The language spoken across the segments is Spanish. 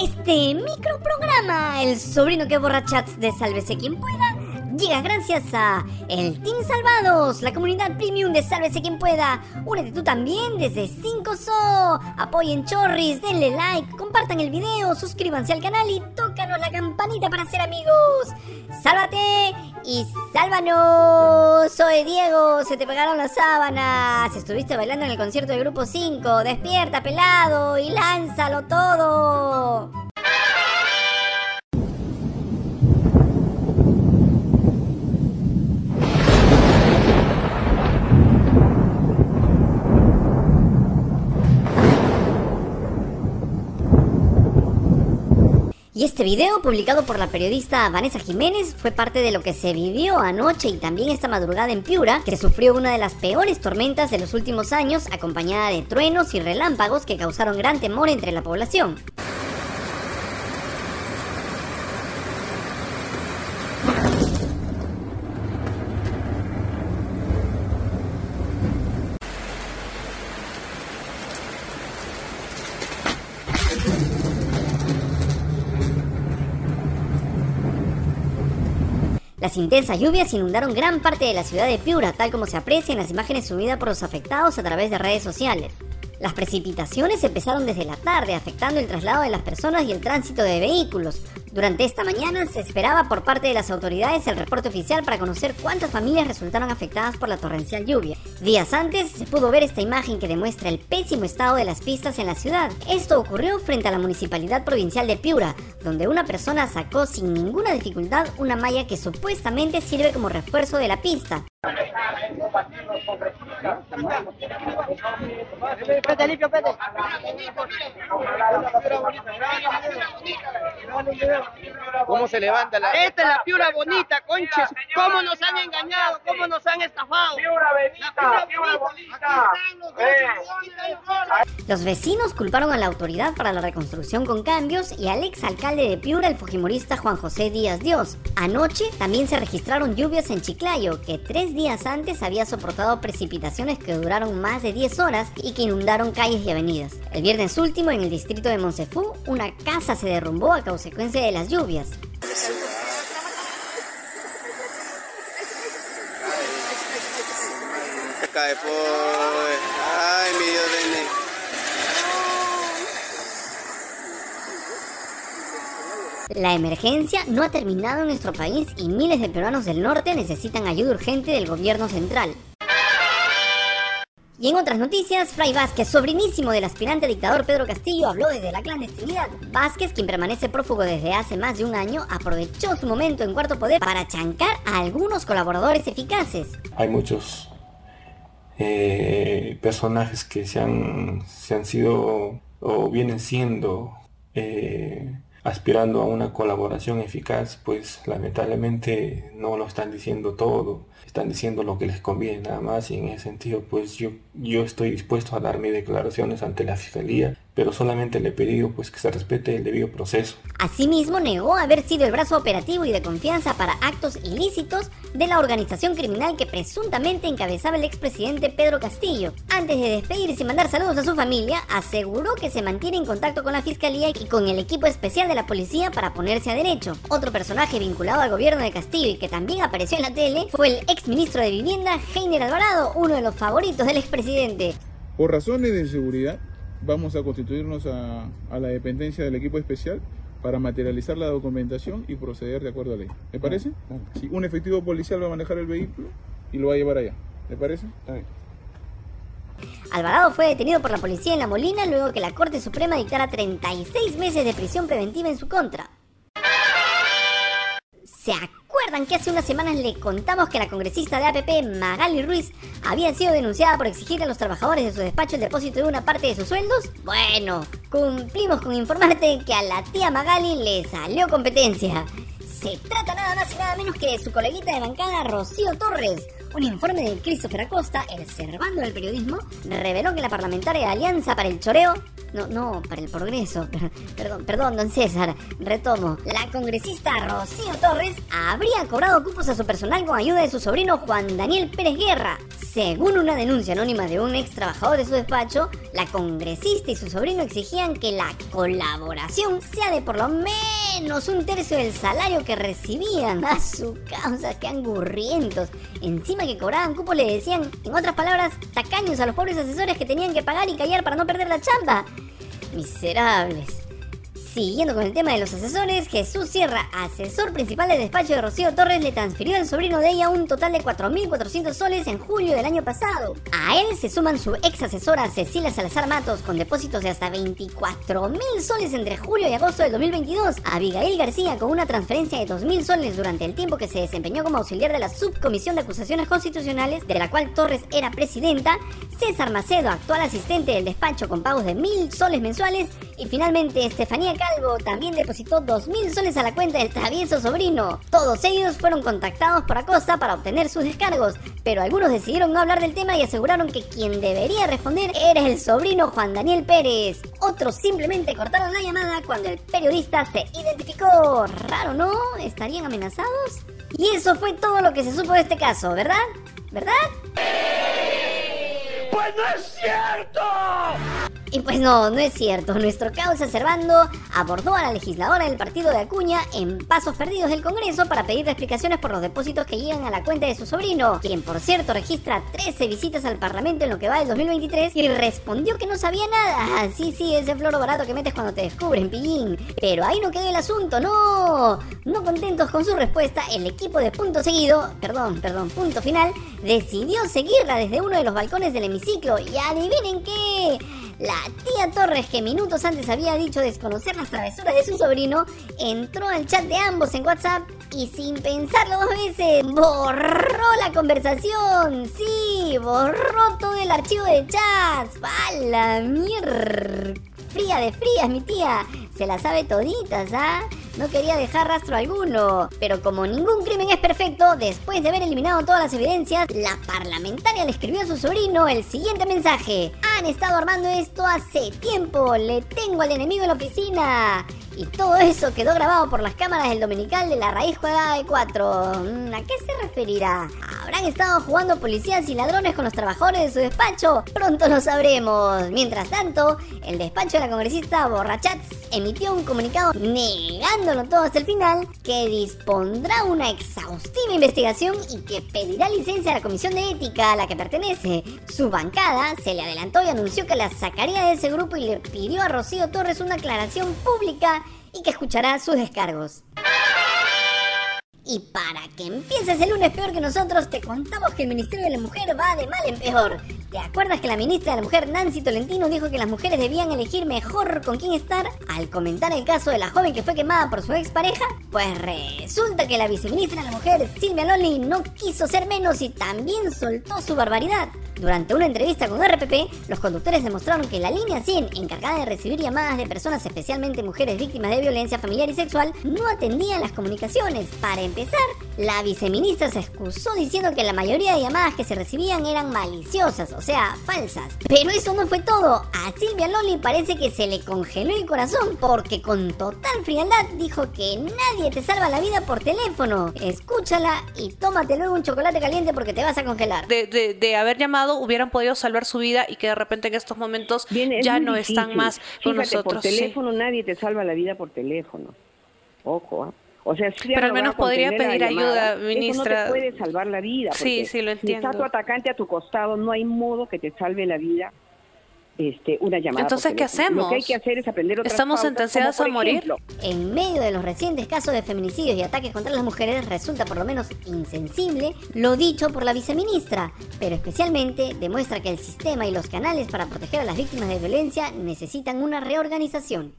Este microprograma, El sobrino que borra chats de Sálvese Quien Pueda, llega gracias a el Team Salvados, la comunidad premium de Sálvese Quien Pueda. Únete tú también desde 5SO. Apoyen Chorris, denle like, compartan el video, suscríbanse al canal y tócanos la campanita para ser amigos. ¡Sálvate y sálvanos! Soy Diego, se te pegaron las sábanas. Estuviste bailando en el concierto del Grupo 5. Despierta, pelado, y lánzalo todo. Y este video, publicado por la periodista Vanessa Jiménez, fue parte de lo que se vivió anoche y también esta madrugada en Piura, que sufrió una de las peores tormentas de los últimos años, acompañada de truenos y relámpagos que causaron gran temor entre la población. Las intensas lluvias inundaron gran parte de la ciudad de Piura, tal como se aprecia en las imágenes subidas por los afectados a través de redes sociales. Las precipitaciones empezaron desde la tarde, afectando el traslado de las personas y el tránsito de vehículos. Durante esta mañana se esperaba por parte de las autoridades el reporte oficial para conocer cuántas familias resultaron afectadas por la torrencial lluvia. Días antes se pudo ver esta imagen que demuestra el pésimo estado de las pistas en la ciudad. Esto ocurrió frente a la Municipalidad Provincial de Piura, donde una persona sacó sin ninguna dificultad una malla que supuestamente sirve como refuerzo de la pista. ¿Cómo se levanta la...? Esta es la Piura bonita, conches. ¿Cómo nos han engañado? ¿Cómo nos han estafado? Piura bonita. Los vecinos culparon a la autoridad para la reconstrucción con cambios y al exalcalde de Piura, el fujimorista Juan José Díaz Dios. Anoche también se registraron lluvias en Chiclayo, que 3 días antes había soportado precipitaciones que duraron más de 10 horas y que inundaron calles y avenidas. El viernes último, en el distrito de Monsefú, una casa se derrumbó a consecuencia de las lluvias. Cae por... Ay, mi Dios de mí. La emergencia no ha terminado en nuestro país y miles de peruanos del norte necesitan ayuda urgente del gobierno central. Y en otras noticias, Fray Vázquez, sobrinísimo del aspirante dictador Pedro Castillo, habló desde la clandestinidad. Vázquez, quien permanece prófugo desde hace más de un año, aprovechó su momento en Cuarto Poder para chancar a algunos colaboradores eficaces. Hay muchos personajes que se han sido o vienen siendo aspirando a una colaboración eficaz, pues lamentablemente no lo están diciendo todo, están diciendo lo que les conviene nada más, y en ese sentido pues yo estoy dispuesto a dar mis declaraciones ante la Fiscalía, pero solamente le he pedido pues que se respete el debido proceso. Asimismo, negó haber sido el brazo operativo y de confianza para actos ilícitos de la organización criminal que presuntamente encabezaba el expresidente Pedro Castillo. Antes de despedirse y mandar saludos a su familia, aseguró que se mantiene en contacto con la Fiscalía y con el equipo especial de la policía para ponerse a derecho. Otro personaje vinculado al gobierno de Castillo y que también apareció en la tele fue el exministro de Vivienda, Heiner Alvarado, uno de los favoritos del expresidente. Por razones de seguridad, vamos a constituirnos a la dependencia del equipo especial para materializar la documentación y proceder de acuerdo a la ley. ¿Me parece? Sí, un efectivo policial va a manejar el vehículo y lo va a llevar allá. ¿Me parece? Alvarado fue detenido por la policía en La Molina luego que la Corte Suprema dictara 36 meses de prisión preventiva en su contra. ¿Se acuerdan que hace unas semanas le contamos que la congresista de APP, Magali Ruiz, había sido denunciada por exigirle a los trabajadores de su despacho el depósito de una parte de sus sueldos? Bueno, cumplimos con informarte que a la tía Magali le salió competencia. Se trata nada más y nada menos que de su coleguita de bancada, Rocío Torres. Un informe de Christopher Acosta, el Servando del periodismo, reveló que la parlamentaria de Alianza para el Choreo, para el Progreso, perdón, don César, retomo. La congresista Rocío Torres habría cobrado cupos a su personal con ayuda de su sobrino Juan Daniel Pérez Guerra. Según una denuncia anónima de un ex trabajador de su despacho, la congresista y su sobrino exigían que la colaboración sea de por lo menos 1/3 del salario que recibían. A su causa, qué angurrientos. Encima que cobraban cupo le decían, en otras palabras, tacaños a los pobres asesores que tenían que pagar y callar para no perder la chamba. Miserables. Siguiendo con el tema de los asesores, Jesús Sierra, asesor principal del despacho de Rocío Torres, le transfirió al sobrino de ella un total de 4.400 soles en julio del año pasado. A él se suman su ex asesora Cecilia Salazar Matos, con depósitos de hasta 24.000 soles entre julio y agosto del 2022. Abigail García, con una transferencia de 2.000 soles durante el tiempo que se desempeñó como auxiliar de la Subcomisión de Acusaciones Constitucionales, de la cual Torres era presidenta. César Macedo, actual asistente del despacho, con pagos de 1.000 soles mensuales. Y finalmente Estefanía Calvo también depositó 2.000 soles a la cuenta del travieso sobrino. Todos ellos fueron contactados por Acosta para obtener sus descargos, pero algunos decidieron no hablar del tema y aseguraron que quien debería responder era el sobrino Juan Daniel Pérez. Otros simplemente cortaron la llamada cuando el periodista se identificó. Raro, ¿no? ¿Estarían amenazados? Y eso fue todo lo que se supo de este caso, ¿verdad? ¿Verdad? ¡Pues no es cierto! Y pues no es cierto. Nuestro causa Servando abordó a la legisladora del partido de Acuña en Pasos Perdidos del Congreso para pedirle explicaciones por los depósitos que llegan a la cuenta de su sobrino, quien por cierto registra 13 visitas al Parlamento en lo que va del 2023, y respondió que no sabía nada. Sí, ese floro barato que metes cuando te descubren, pillín. Pero ahí no quedó el asunto, no. No contentos con su respuesta, el equipo de Punto Final, decidió seguirla desde uno de los balcones del hemiciclo. Y adivinen qué. La tía Torres, que minutos antes había dicho desconocer las travesuras de su sobrino, entró al chat de ambos en WhatsApp y sin pensarlo 2 veces, borró la conversación. Sí, borró todo el archivo de chats. ¡A la mierda! Fría de frías, mi tía. Se la sabe toditas, ¿ah? No quería dejar rastro alguno. Pero como ningún crimen es perfecto, después de haber eliminado todas las evidencias, la parlamentaria le escribió a su sobrino el siguiente mensaje: han estado armando esto hace tiempo, le tengo al enemigo en la oficina. Y todo eso quedó grabado por las cámaras del dominical de la raíz cuadrada de 4. ¿A qué se referirá? ¿Habrán estado jugando policías y ladrones con los trabajadores de su despacho? Pronto lo sabremos. Mientras tanto, el despacho de la congresista Borrachats emitió un comunicado negándolo todo hasta el final, que dispondrá una exhaustiva investigación y que pedirá licencia a la Comisión de Ética a la que pertenece. Su bancada se le adelantó y anunció que la sacaría de ese grupo y le pidió a Rocío Torres una aclaración pública y que escuchará sus descargos. Y para que empieces el lunes peor que nosotros, te contamos que el Ministerio de la Mujer va de mal en peor. ¿Te acuerdas que la ministra de la Mujer, Nancy Tolentino, dijo que las mujeres debían elegir mejor con quién estar al comentar el caso de la joven que fue quemada por su expareja? Pues resulta que la viceministra de la Mujer, Silvia Loli, no quiso ser menos y también soltó su barbaridad. Durante una entrevista con RPP, los conductores demostraron que la línea 100, encargada de recibir llamadas de personas, especialmente mujeres víctimas de violencia familiar y sexual, no atendía las comunicaciones. Para empezar, la viceministra se excusó diciendo que la mayoría de llamadas que se recibían eran maliciosas, o sea, falsas. Pero eso no fue todo. A Silvia Loli parece que se le congeló el corazón, porque con total frialdad dijo que nadie te salva la vida por teléfono. Escúchala y tómate luego un chocolate caliente porque te vas a congelar. De haber llamado hubieran podido salvar su vida y que de repente en estos momentos ya no difícil. Están más con nosotros. Por teléfono nadie te salva la vida por teléfono. Ojo, ¿eh? O sea, si pero al menos podría pedir ayuda, ministra. Eso no te puede salvar la vida. Sí, lo entiendo. Si está tu atacante a tu costado, no hay modo que te salve la vida una llamada. Entonces, ¿qué hacemos? Lo que hay que hacer es aprender otras ¿Estamos pautas, sentenciadas a morir? Ejemplo, en medio de los recientes casos de feminicidios y ataques contra las mujeres, resulta por lo menos insensible lo dicho por la viceministra, pero especialmente demuestra que el sistema y los canales para proteger a las víctimas de violencia necesitan una reorganización.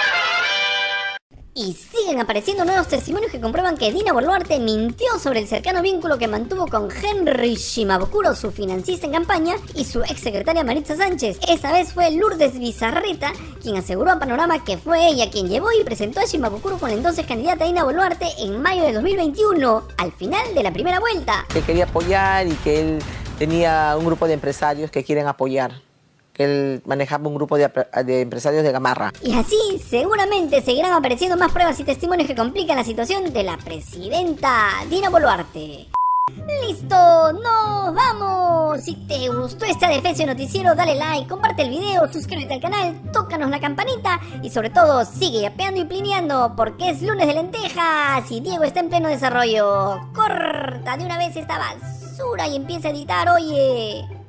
Y siguen apareciendo nuevos testimonios que comprueban que Dina Boluarte mintió sobre el cercano vínculo que mantuvo con Henry Shimabukuro, su financista en campaña, y su exsecretaria Maritza Sánchez. Esa vez fue Lourdes Bizarreta quien aseguró a Panorama que fue ella quien llevó y presentó a Shimabukuro con la entonces candidata Dina Boluarte en mayo de 2021, al final de la primera vuelta. Que quería apoyar y que él tenía un grupo de empresarios que quieren apoyar. Que él manejaba un grupo de empresarios de Gamarra. Y así seguramente seguirán apareciendo más pruebas y testimonios que complican la situación de la presidenta Dina Boluarte. ¡Listo! ¡Nos vamos! Si te gustó este Adefesio Noticiero, dale like, comparte el video, suscríbete al canal, tócanos la campanita y sobre todo sigue yapeando y plineando porque es lunes de lentejas y Diego está en pleno desarrollo. ¡Corta de una vez esta basura y empieza a editar, oye!